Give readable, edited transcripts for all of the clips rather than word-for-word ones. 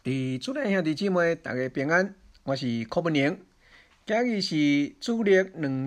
主内兄弟姊妹，大家平安，我是柯文宁。今日是主历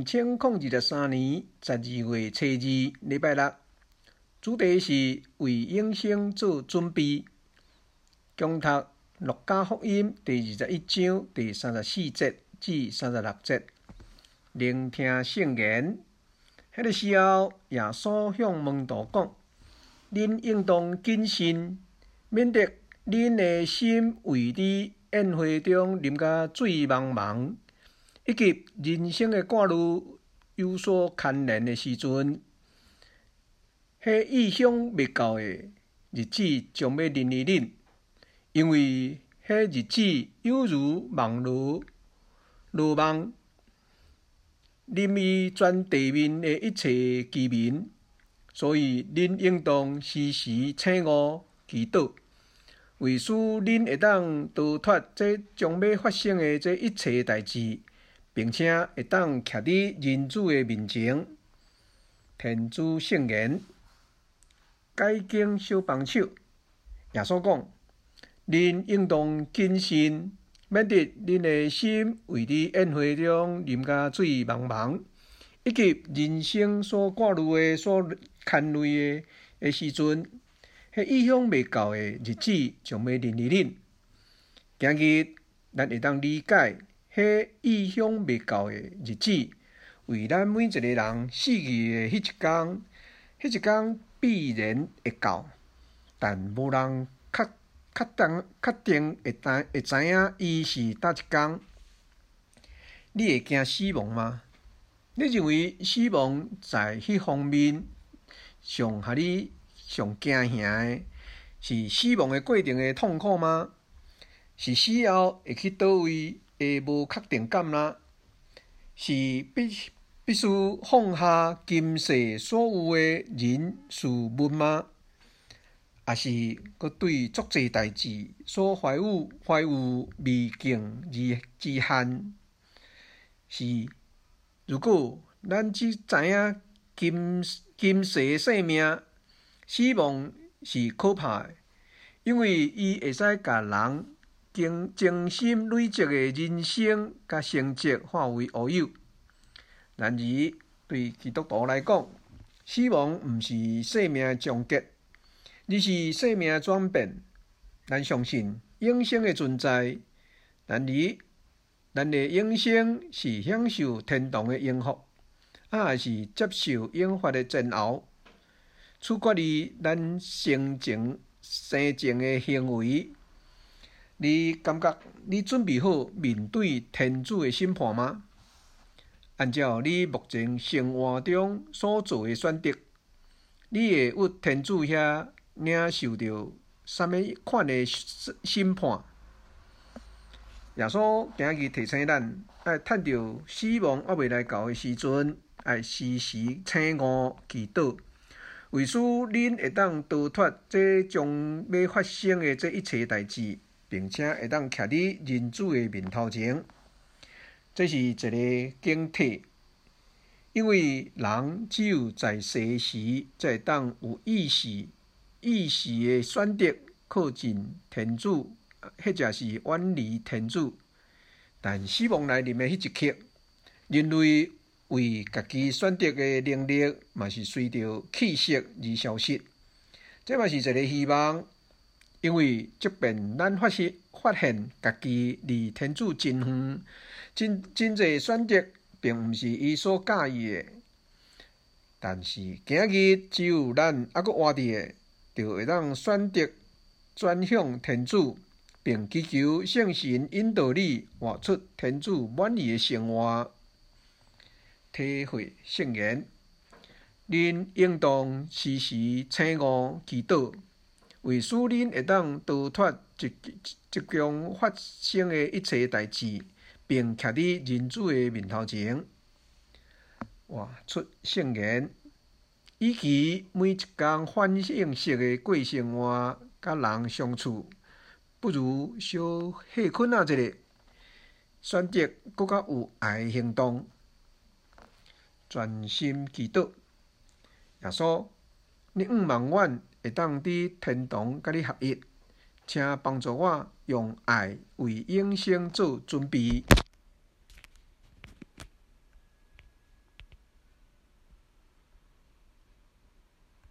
2023年12月初2，礼拜六。主题是为永生做准备。恭读路加福音第21章第34节至36节，聆听圣言。迄个时候，耶稣向门徒讲：恁应当谨慎，免得恁的心为伫宴会中啉甲水茫茫，以及人生的挂虑有所牵连的时阵，迄意想未到的日子将要临于恁，因为迄日子有如梦露落梦，临于全地面的一切居民，所以恁应当时时醒悟祈祷。为使恁会当逃脱这将要发生的这一切代志，并且会当徛伫人子的面前。天主圣言，解经小帮手。耶稣讲：恁应当谨慎，免得恁的心为伫宴会中啉甲水茫茫，以及人生所挂虑的、所牵累的时阵，迄意想未到的日子将要临于恁。今日咱会当理解，迄意想未到的日子，为咱每一个人死去的迄一天必然会到，但无人确定会知影伊是叨一天。你会惊死亡吗？你认为死亡在迄方面上互你上惊吓的是死亡的过程的痛苦吗？是死后会去倒位的无确定感啦？是必须放下今世所有的人事物吗？还是佮对足侪代志所怀有未竟之憾？是，如果咱只知影今世的生命，死亡是可怕的，因为伊会使甲人精心累积的人生甲成绩化为乌有。然而，对基督徒来讲，死亡毋是生命的终结，而是生命的转变。咱相信永生的存在，然而，咱的永生是享受天堂的永福，还是接受永罚的煎熬，取决于咱生前的行为。你感觉你准备好面对天主的审判吗？按照你目前生活中所做的选择，你会为天主遐领受到什么款的审判？耶稣今日提醒咱，要趁着死亡还未来到的时阵，要时时醒悟祈祷，为使恁会当逃脱这将要发生的这一切代志，并且会当徛伫人子的面头前。这是一个警惕，因为人只有在世时，才会当有意识的选择靠近天主，或者是远离天主。但死亡来临的迄一刻，人类为家己选择的能力，嘛是随着气息而消失。这嘛是一个希望，因为即便咱发现家己离天主真远，真侪选择并毋是伊所介意的，但是今日只有咱还佫活伫的，就会当选择转向天主，并祈求圣神引导你活出天主满意的生活。体会圣言，恁应当时时醒悟祈祷，为使恁会当逃脱即将发生的一切代志，并徛伫人子的面头前。活出圣言，与其每一天反应式的过生活，甲人相处，不如小歇困一下，选择更较有爱的行动。专心祈祷，耶稣，你望愿会当伫天堂甲你合一， 请帮助我用爱为永生做准备。